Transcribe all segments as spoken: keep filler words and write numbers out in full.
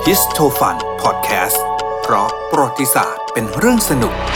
ฮิสโทฟันพอดแคสต์เพราะประวัติศาสตร์เป็นเรื่องสนุก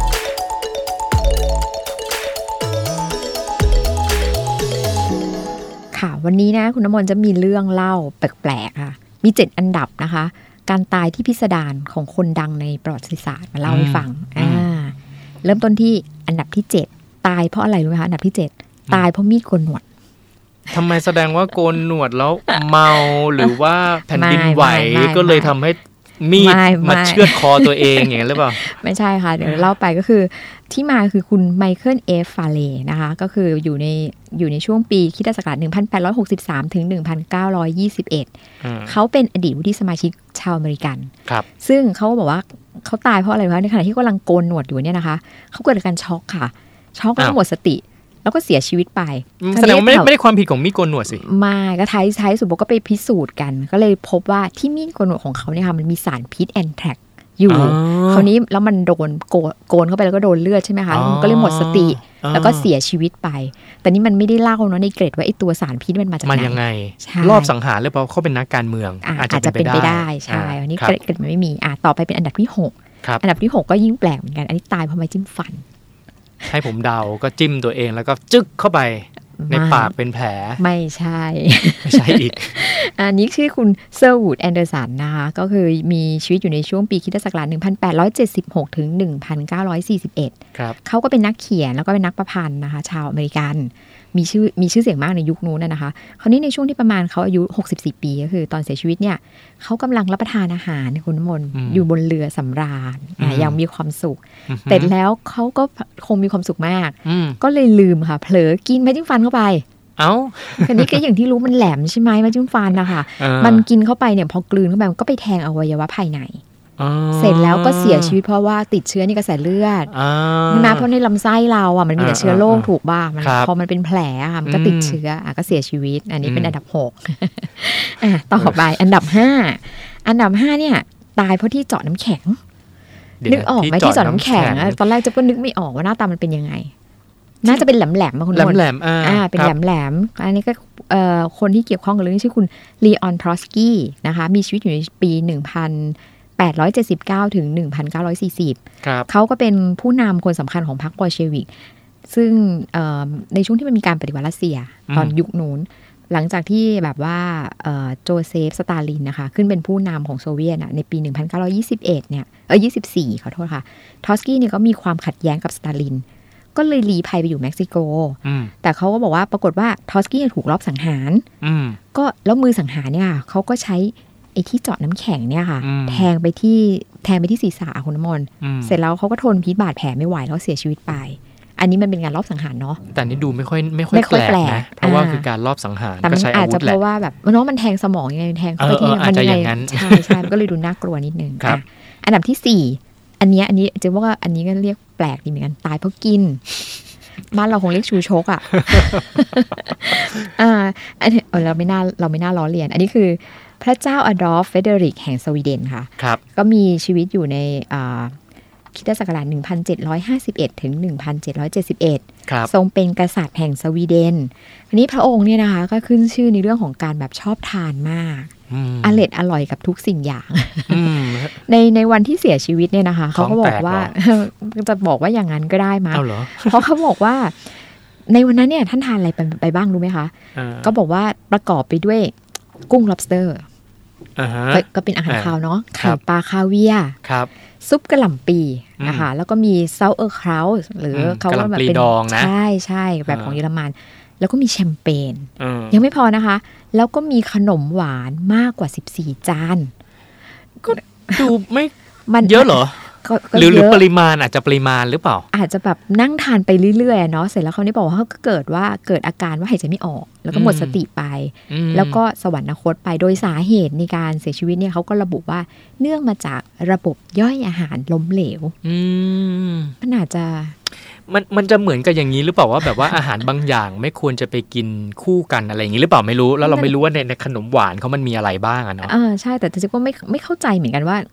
ค่ะวันนี้นะคุณน้ำมนต์จะมีเรื่องเล่าแปลกๆค่ะมีเจ็ดอันดับนะคะการตายที่พิสดารของคนดังในประวัติศาสตร์มาเล่าให้ฟังอ่าเริ่มต้นที่อันดับที่เจ็ดตายเพราะอะไรรู้ไหมคะอันดับที่เจ็ดตายเพราะมีดโกนหนวดทำไมแสดงว่าโกนหนวดแล้วเมาหรือว่าแผ่นดินไหวก็เลยทำให้มีดมาเชือดคอตัวเองอย่างนั้นหรือเปล่าไม่ใช่ค่ะเดี๋ยวเล่าไปก็คือที่มาคือคุณไมเคิลเอฟฟาเลนะคะก็คืออยู่ในอยู่ในช่วงปีคริสตศักราชหนึ่งพันแปดร้อยหกสิบสามถึงหนึ่งพันเก้าร้อยยี่สิบเอ็ดเขาเป็นอดีตวุฒิสมาชิกชาวอเมริกันซึ่งเขาบอกว่าเขาตายเพราะอะไรคะในขณะที่กำลังโกนหนวดอยู่เนี่ยนะคะเขาเกิดอาการช็อกค่ะช็อกแล้วหมดสติแล้วก็เสียชีวิตไปแสดงว่าไม่ได้ไม่ได้ความผิดของมีดโกนหนวดสิไม่ก็ท้ายท้ายสุดก็ไปพิสูจน์กันก็เลยพบว่าที่มีดโกนหนวดของเขาเนี่ยค่ะมันมีสารพิษแอนแทรกอยู่คราวนี้แล้วมันโดนโกนเข้าไปแล้วก็โดนเลือดใช่ไหมคะมันก็เลยหมดสติแล้วก็เสียชีวิตไปแต่นี่มันไม่ได้เล่าเนาะในเกรดว่าไอ้ตัวสารพิษมันมาจากไหนมันยังไงรอบสังหารหรือเปล่าเขาเป็นนักการเมืองอาจจะเป็นไปได้ใช่อันนี้เกรดมันไม่มีอ่ะต่อไปเป็นอันดับที่หกอันดับที่หกก็ยิ่งแปลกเหมือนกันอันนี้ตายเพราะไม้จิ้มฟันให้ผมเดาก็จิ้มตัวเองแล้วก็จึ๊กเข้าไปในปากเป็นแผลไม่ใช่ไม่ใช่อีกอันนี้ชื่อคุณเซอร์วูดแอนเดอร์สันนะคะก็คือมีชีวิตอยู่ในช่วงปีคริสตศักราชหนึ่งพันแปดร้อยเจ็ดสิบหกถึงหนึ่งพันเก้าร้อยสี่สิบเอ็ดครับเขาก็เป็นนักเขียนแล้วก็เป็นนักประพันธ์นะคะชาวอเมริกันมีชื่อมีชื่อเสียงมากในยุคนู้นนะคะคราวนี้ในช่วงที่ประมาณเขาอายุหกสิบสี่ปีก็คือตอนเสียชีวิตเนี่ยเขากำลังรับประทานอาหารคุณน้ำมนต์อยู่บนเรือสำราญอย่างมีความสุขแต่แล้วเขาก็คงมีความสุขมากก็เลยลืมค่ะเผลอกินไม้จิ้มฟันเข้าไปเอ้าคันนี้ก็อย่างที่รู้มันแหลมใช่ไหมไม้จิ้มฟันนะคะมันกินเข้าไปเนี่ยพอกลืนเข้าไปมันก็ไปแทงอวัยวะภายในเสร็จแล้วก็เสียชีวิตเพราะว่าติดเชื้อในกระแสเลือดใช่ไหมเพราะในลำไส้เราอ่ะมันมีแต่เชื้อโรคถูกบ้างพอมันเป็นแผลค่ะมันก็ติดเชื้ออ่ะก็เสียชีวิตอันนี้เป็นอันดับหกอ่ะต่อไปอันดับห้าอันดับห้าเนี่ยตายเพราะที่เจาะน้ำแข็งนึกออกไหมที่เจาะน้ำแข็งตอนแรกจะก็นึกไม่ออกว่าหน้าตามันเป็นยังไงน่าจะเป็นแหลมๆมาคุณคนแหลมๆอ่าเป็นแหลมๆอันนี้ก็เอ่อคนที่เกี่ยวข้องกับเรื่องนี้ชื่อคุณลีออนทรอสกี้นะคะมีชีวิตอยู่ในปีหนึ่งพันแปดร้อยเจ็ดสิบเก้าถึงหนึ่งพันเก้าร้อยสี่สิบเขาก็เป็นผู้นำคนสำคัญของพรรคบอลเชวิกซึ่งในช่วงที่มันมีการปฏิวัติรัสเซียตอนยุคนู้นหลังจากที่แบบว่าโจเซฟสตาลินนะคะขึ้นเป็นผู้นำของโซเวียตในปีหนึ่งพันเก้าร้อยยี่สิบเอ็ดเนี่ยเออยี่สิบสี่ขอโทษค่ะทรอสกี้เนี่ยก็มีความขัดแย้งกับสตาลินก็เลยลี้ภัยไปอยู่เม็กซิโกแต่เขาก็บอกว่าปรากฏว่าทรอสกี้ถูกลอบสังหารก็แล้วมือสังหารเนี่ยเขาก็ใช้ไอ้ที่เจาะน้ำแข็งเนี่ยค่ะแทงไปที่แทงไปที่ศีรษะคุณน้ำมนต์เสร็จแล้วเขาก็ทนพิษบาดแผลไม่ไหวแล้วเสียชีวิตไปอันนี้มันเป็นการลอบสังหารเนาะแต่นี่ดูไม่ค่อยไม่ค่อยแปลกนะเพราะว่าคือการลอบสังหารก็ใช้อาวุธแหละอาจจะเพราะว่าแบบเนาะมันแทงสมองยังไงแทงเข้าไปที่มันยังไงใช่ใช่มันก็เลยดูน่ากลัวนิดนึงอันดับที่สี่อันนี้อันนี้จะว่าอันนี้ก็เรียกแปลกดีเหมือนกันตายเพราะกินบ้านเราคงเรียกชูชกอ่ะอ่าอันนี้เราไม่น่าเราไม่น่าล้อเลียนอันนี้คือพระเจ้าอดอล์ฟเฟเดริกแห่งสวีเดนค่ะก็มีชีวิตอยู่ในคริสตศักราชหนึ่งพันเจ็ดร้อยห้าสิบเอ็ดถึงหนึ่งพันเจ็ดร้อยเจ็ดสิบเอ็ดทรงเป็นกษัตริย์แห่งสวีเดนอันนี้พระองค์เนี่ยนะคะก็ขึ้นชื่อในเรื่องของการแบบชอบทานมากอร่อยอร่อยกับทุกสิ่งอย่างในในวันที่เสียชีวิตเนี่ยนะคะเขาก็บอกว่าจะบอกว่าอย่างนั้นก็ได้มั้ยเพราะเขาบอกว่าในวันนั้นเนี่ยท่านทานอะไรไปไปบ้างรู้ไหมคะก็บอกว่าประกอบไปด้วยกุ้ง lobster ก็เป็นอาหารคาวเนาะไข่ปลาคาเวียร์ซุปกระหล่ำปีนะคะแล้วก็มีเซาเออร์คราวส์หรือเขาก็แบบเป็นใช่ใช่แบบของเยอรมันแล้วก็มีแชมเปญยังไม่พอนะคะแล้วก็มีขนมหวานมากกว่าสิบสี่จานก็ดูไม่มันเยอะเหรอหรือหรือปริมาณอาจจะปริมาณหรือเปล่าอาจจะแบบนั่งทานไปเรื่อยๆเนาะเสร็จแล้วเขาได้บอกว่าเขาก็เกิดว่าเกิดอาการว่าหายใจไม่ออกแล้วก็หมดสติไปแล้วก็สวรรคตไปโดยสาเหตุในการเสียชีวิตเนี่ยเขาก็ระบุว่าเนื่องมาจากระบบย่อยอาหารล้มเหลวมันอาจจะมันมันจะเหมือนกับอย่างนี้หรือเปล่าว่าแบบว่าอาหารบางอย่างไม่ควรจะไปกินคู่กันอะไรอย่างนี้หรือเปล่าไม่รู้แล้วเราไม่รู้ว่าในในขนมหวานเขามันมีอะไรบ้างอะเนาะอ่าใช่แต่จริงๆก็ไม่ไม่เข้าใจเหมือนกันว่า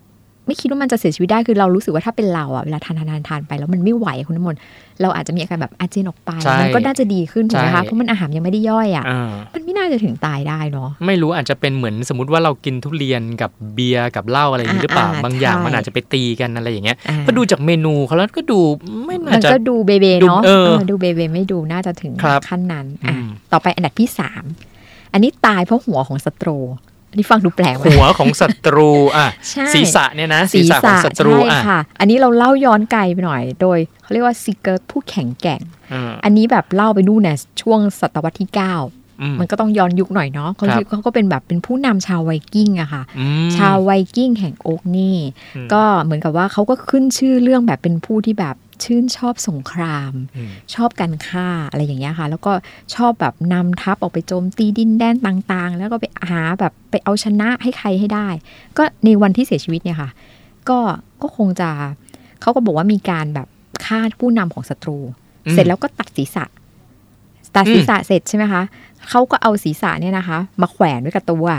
ไม่คิดว่ามันจะเสียชีวิตได้คือเรารู้สึกว่าถ้าเป็นเราอ่ะเวลาทานทานทานทานไปแล้วมันไม่ไหวคุณน้ำมนต์เราอาจจะมีอาการแบบอาเจียนออกไปมันก็น่าจะดีขึ้นถูกไหมคะเพราะมันอาหารยังไม่ได้ย่อยอ่ะมันไม่น่าจะถึงตายได้เนาะไม่รู้อาจจะเป็นเหมือนสมมติว่าเรากินทุเรียนกับเบียร์กับเหล้าอะไรอย่างนี้หรือเปล่าบางอย่างมันอาจจะไปตีกันอะไรอย่างเงี้ยพอดูจากเมนูเขาแล้วก็ดูไม่น่าจะก็ดูเบเบเนาะดูเบเบไม่ดูน่าจะถึงขั้นนั้นอ่ะต่อไปอันดับที่สามอันนี้ตายเพราะหัวของศัตรูอันนี้ฟังดูแปลกไหมหัวของศัตรูอ่ะศีรษะเนี่ยนะศีรษะของศัตรูอ่ะอันนี้เราเล่าย้อนไกลไปหน่อยโดยเขาเรียกว่าซิกเกิร์ตผู้แข็งแกร่งอันนี้แบบเล่าไปดูเนี่ยช่วงศตวรรษที่เก้ามันก็ต้องย้อนยุคหน่อยเนาะเขาเขาก็เป็นแบบเป็นผู้นำชาวไวกิ้งอะค่ะชาวไวกิ้งแห่งโอกนี่ก็เหมือนกับว่าเขาก็ขึ้นชื่อเรื่องแบบเป็นผู้ที่แบบชื่นชอบสงครามชอบการฆ่าอะไรอย่างเงี้ยค่ะแล้วก็ชอบแบบนำทัพออกไปโจมตีดินแดนต่างๆแล้วก็ไปหาแบบไปเอาชนะให้ใครให้ได้ก็ในวันที่เสียชีวิตเนี่ยค่ะก็ก็คงจะเขาก็บอกว่ามีการแบบฆ่าผู้นำของศัตรูเสร็จแล้วก็ตัดศีรษะตัดศีรษะเสร็จใช่ไหมคะเขาก็เอาศีรษะเนี่ยนะคะมาแขวนไว้กับตัว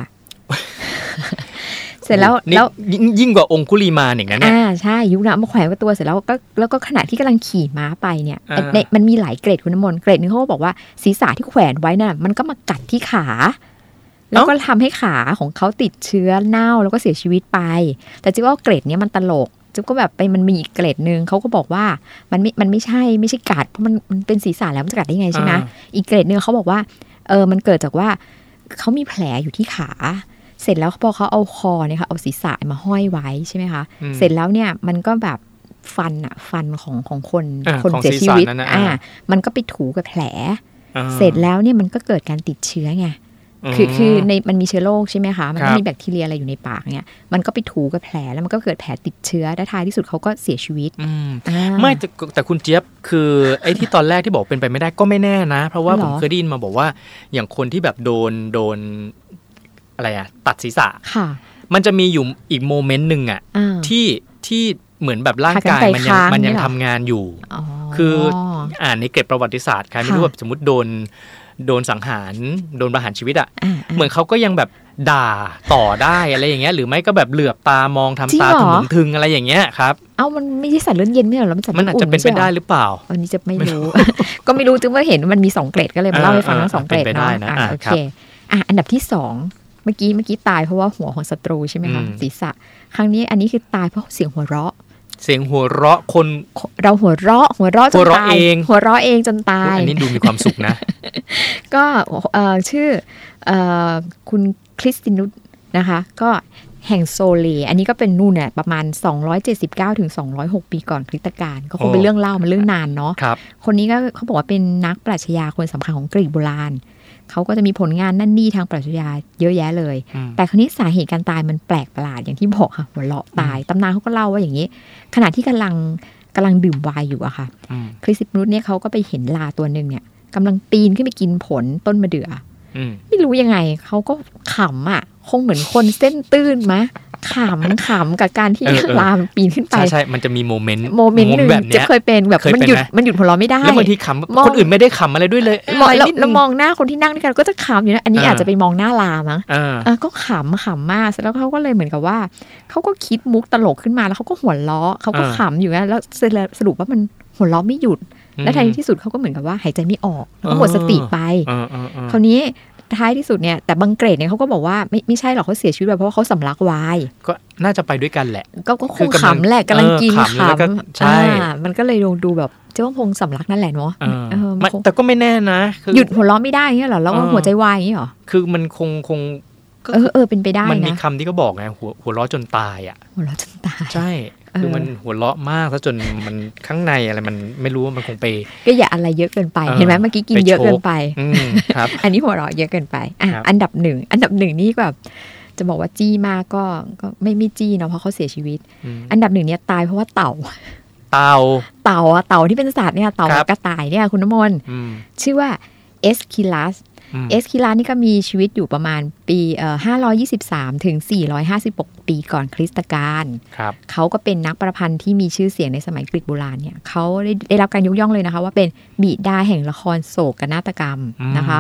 เสร็จแล้วแล้วยิ่งกว่าองคุลีมานอย่างนั้นเนี่ยอ่าใช่ยุคนั้นมาแขวนไว้ตัวเสร็จแล้วก็แล้วก็ขณะที่กำลังขี่ม้าไปเนี่ยมันมีหลายเกรดคุณน้ำมนต์เกรดนึงเขาบอกว่าศีรษะที่แขวนไว้น่ะมันก็มากัดที่ขาแล้วก็ทำให้ขาของเขาติดเชื้อเน่าแล้วก็เสียชีวิตไปแต่จริงว่าเกรดนี้มันตลกจิ๊บก็แบบไปมันมีอีกเกรดนึงเขาก็บอกว่ามันไม่มันไม่ใช่ไม่ใช่กัดเพราะมันมันเป็นศีรษะแล้วมันจะกัดได้ไงใช่ไหมอีกเกรดนึงเขาบอกว่าเออมันเกิดจากว่าเขามีแผลอยู่ที่ขาเสร็จแล้วพอเขาเอาคอเนี่ยค่ะเอาศีรษะมาห้อยไว้ใช่ไหมคะเสร็จแล้วเนี่ยมันก็แบบฟันอะฟันของของคนคนเสียชีวิตอ่ามันก็ไปถูกับแผลเสร็จแล้วเนี่ยมันก็เกิดการติดเชื้อไงคือคือในมันมีเชื้อโรคใช่ไหมคะมันก็มีแบคทีเรียอะไรอยู่ในปากเนี่ยมันก็ไปถูกับแผลแล้วมันก็เกิดแผลติดเชื้อและท้ายที่สุดเขาก็เสียชีวิตไม่แต่แต่คุณเจี๊ยบคือไอ้ที่ตอนแรกที่บอกเป็นไปไม่ได้ก็ไม่แน่นะเพราะว่าผมเคยได้ยินมาบอกว่าอย่างคนที่แบบโดนโดนอะไรอะตัดศีรษะมันจะมีอยู่อีกโมเมนต์หนึ่งอะที่ที่เหมือนแบบร่างกายมันยังมันยังทำงานอยู่คืออ่านในเกร็ดประวัติศาสตร์ใครไม่รู้แบบสมมติโดนโดนสังหารโดนประหารชีวิตอ่ะเหมือนเขาก็ยังแบบด่าต่อได้อะไรอย่างเงี้ยหรือไม่ก็แบบเหลือบตามองทำตาถึงถึงอะไรอย่างเงี้ยครับเอ้ามันไม่ใช่สัตว์เลือดเย็นไม่เหรอมันสัตว์มันอาจจะเป็นไปได้หรือเปล่าอันนี้จะไม่รู้ก็ไม่รู้จึงว่าเห็นมันมีสองเกรดก็เลยมาเล่าให้ฟังทั้งสองเกรดเนาะโอเคอ่ะอันดับที่สองเมื่อกี้เมื่อกี้ตายเพราะว่าหัวของศัตรูใช่ไหมคะศีรษะครั้งนี้อันนี้คือตายเพราะเสียงหัวเราะเสียงหัวเราะคนเราหัวเราะหัวเราะจนตายหัวเราะเองจนตายอันนี้ดูมีความสุขนะก็ชื่อคุณคริสตินุสนะคะก็แห่งโซเลอันนี้ก็เป็นนู่นเนี่ยประมาณสองร้อยเจ็ดสิบเก้าถึงสองร้อยหกปีก่อนคริสตกาลก็คงเป็นเรื่องเล่ามันเรื่องนานเนาะคนนี้ก็เขาบอกว่าเป็นนักปรัชญาคนสำคัญของกรีกโบราณเขาก็จะมีผลงานนั่นนี่ทางปรัชญาเยอะแยะเลยแต่คราวนี้สาเหตุการตายมันแปลกประหลาดอย่างที่บอกค่ะหัวเราะตายตำนานเขาก็เล่าว่าอย่างนี้ขณะที่กำลังกำลังดื่มไวน์อยู่อะค่ะคริสตินุสเนี่ยเขาก็ไปเห็นลาตัวนึงเนี่ยกำลังปีนขึ้นไปกินผลต้นมะเดื่อไม่รู้ยังไงเขาก็ขำอะคงเหมือนคนเส้นตื้นมะขำขำกับการที่ลามปีนขึ้นไปใช่ใช่มันจะมีโมเมนต์โมเมนต์นึงจะเคยเป็นแบบมันหยุดมันหยุดหัวเราะไม่ได้แล้วบางทีขำคนอื่นไม่ได้ขำอะไรด้วยเลยแล้วมองหน้าคนที่นั่งด้วยกันก็จะขำอยู่นะอันนี้อาจจะไปมองหน้าลามั้งก็ขำขำมากแล้วเขาก็เลยเหมือนกับว่าเขาก็คิดมุกตลกขึ้นมาแล้วเขาก็หัวเราะเขาก็ขำอยู่นะแล้วสรุปว่ามันหัวเราะไม่หยุดและท้ายที่สุดเขาก็เหมือนกับว่าหายใจไม่ออกแล้วหมดสติไปคราวนี้ท้ายที่สุดเนี่ยแต่บางเกรดเนี่ยเขาก็บอกว่าไม่ไม่ใช่หรอกเขาเสียชีวิตไปเพราะว่าเขาสำลักไวน์ก็น่าจะไปด้วยกันแหละก็ก็คงขำแหละกำลังกินขำใช่มันก็เลยดูดูแบบเจ้าพงสำลักนั่นแหละเนาะแต่ก็ไม่แน่นะหยุดหัวเราะไม่ได้เงี้ยหรอแล้วก็หัวใจวายอย่างเงี้ยหรอคือมันคงคงเออเออเป็นไปได้นะมันมีคำที่เขาบอกไงหัวหัวเราะจนตายอ่ะหัวเราะจนตายใช่คือมันหัวเราะมากซะจนมันข้างในอะไรมันไม่รู้ว่ามันคงไปก็อย่าอะไรเยอะเกินไปเห็นไหมเมื่อกี้กินเยอะเกินไปอันนี้หัวเราะเยอะเกินไปอ่ะอันดับหนึ่งอันดับหนึ่งนี่แบบจะบอกว่าจี้มากก็ก็ไม่ไม่จี้เนาะเพราะเขาเสียชีวิตอันดับหนึ่งเนี่ยตายเพราะว่าเต่าเต่าเต่าอะเต่าที่เป็นสัตว์เนี่ยเต่ากระต่ายเนี่ยคุณน้ำมนต์ชื่อว่าเอสคิลัสเอสคิลัสนี่ก็มีชีวิตอยู่ประมาณปีเอ่อห้าร้อยยี่สิบสามถึงสี่ร้อยห้าสิบหกปีก่อนคริสตกาลเขาก็เป็นนักประพันธ์ที่มีชื่อเสียงในสมัยกรีกโบราณเนี่ยเขาได้ได้รับการยกย่องเลยนะคะว่าเป็นบิดาแห่งละครโศกนาฏกรรมนะคะ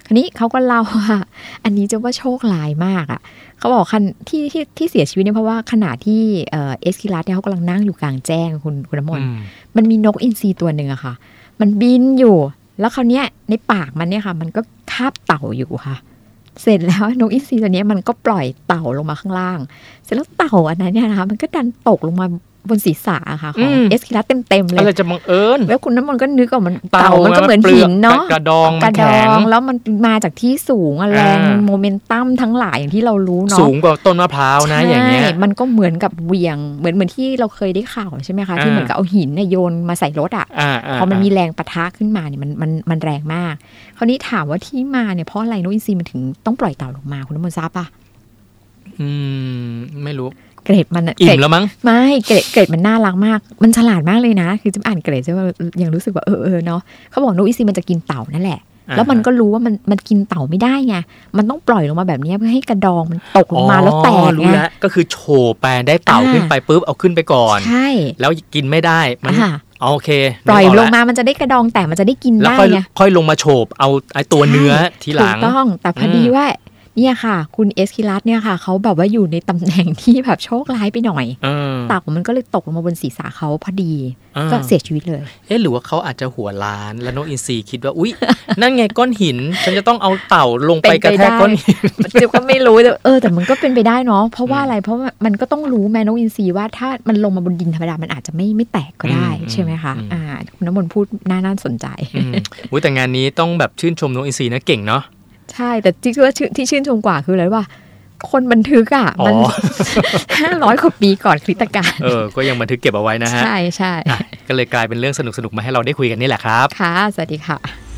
คราวนี้เขาก็เล่าว่าอันนี้จะว่าโชคร้ายมากอ่ะเขาบอกคันที่ที่ที่เสียชีวิตเนี่ยเพราะว่าขณะที่เอ่อเอสคิลัสเนี่ยเขากำลังนั่งอยู่กลางแจ้งคุณคุณน้ำมนต์มันมีนกอินทรีตัวหนึ่งอะค่ะมันบินอยู่แล้วคราวเนี้ยในปากมันเนี่ยค่ะมันก็คาบเต่าอยู่ค่ะเสร็จแล้วนกอินทรีตัวนี้มันก็ปล่อยเต่าลงมาข้างล่างเสร็จแล้วเต่าอันนั้นเนี่ยนะคะมันก็ดันตกลงมาบนศีรษะค่ะของเอสคิลัสเต็มๆเลยอะไรจะบังเอิญแล้วคุณน้ำมนต์ก็นึกว่ามันเต่ามันก็เหมือนหินเนาะกระดองกระดองแล้วมันมาจากที่สูงแรงโมเมนตัมทั้งหลายอย่างที่เรารู้เนาะสูงกว่าต้นมะพร้าวนะอย่างเงี้ยมันก็เหมือนกับเวียงเหมือนเหมือนที่เราเคยได้ข่าวใช่ไหมคะที่เหมือนกับเอาหินโยนมาใส่รถอ่ะพอมันมีแรงปะทะขึ้นมาเนี่ยมันมันมันแรงมากคราวนี้ถามว่าที่มาเนี่ยเพราะอะไรนกอินทรีมันถึงต้องปล่อยเต่าลงมาคุณน้ำมนต์ทราบป่ะอืมไม่รู้เกรดมันอิ่มแล้วมั้งไม่เกรดเกรดมันน่ารักมากมันฉลาดมากเลยนะคือจะอ่านเกรดจะว่ายังรู้สึกว่าเออเออเนาะเขาบอกนกอินทรีมันจะกินเต่านั่นแหละแล้วมันก็รู้ว่ามันมันกินเต่าไม่ได้ไงมันต้องปล่อยลงมาแบบนี้เพื่อให้กระดองมันตกลงมาแล้วแตกรู้แล้วก็คือโฉบไปได้เต่าขึ้นไปปุ๊บเอาขึ้นไปก่อนใช่แล้วกินไม่ได้มันโอเคปล่อยลงมามันจะได้กระดองแต่มันจะได้กินได้ไงค่อยลงมาโฉบเอาไอ้ตัวเนื้อทีหลังถูกต้องแต่พอดีว่าเนี่ยค่ะคุณเอสคิลัสเนี่ยค่ะเขาแบบว่าอยู่ในตำแหน่งที่แบบโชคร้ายไปหน่อยเต่ามันก็เลยตกลงมาบนศีรษะเขาพอดีก็เสียชีวิตเลยเอ๊ะหรือว่าเขาอาจจะหัวล้านแล้วนกอินทรีคิดว่าอุ๊ยนั่นไงก้อนหินฉันจะต้องเอาเต่าลงไปกระแทกก้อนหินเจ๊ก็ไม่รู้แต่เออแต่มันก็เป็นไปได้เนาะเพราะว่าอะไรเพราะมันก็ต้องรู้แม่นกอินทรีว่าถ้ามันลงมาบนดินธรรมดามันอาจจะไม่ไม่แตกก็ได้ใช่ไหมคะอ่าคุณน้ำมนต์พูดน่าน่าสนใจอุ๊ยแต่งานนี้ต้องแบบชื่นชมนกอินทรีนะเก่งเนาะใช่แต่ที่ว่าที่ชื่นชมกว่าคืออะไรว่าคนบันทึกอ่ะมันห้าร้อยกว่าปีก่อนคริสตกาลเออก็ยังบันทึกเก็บเอาไว้นะฮะใช่ใช่ก็เลยกลายเป็นเรื่องสนุกๆมาให้เราได้คุยกันนี่แหละครับค่ะสวัสดีค่ะ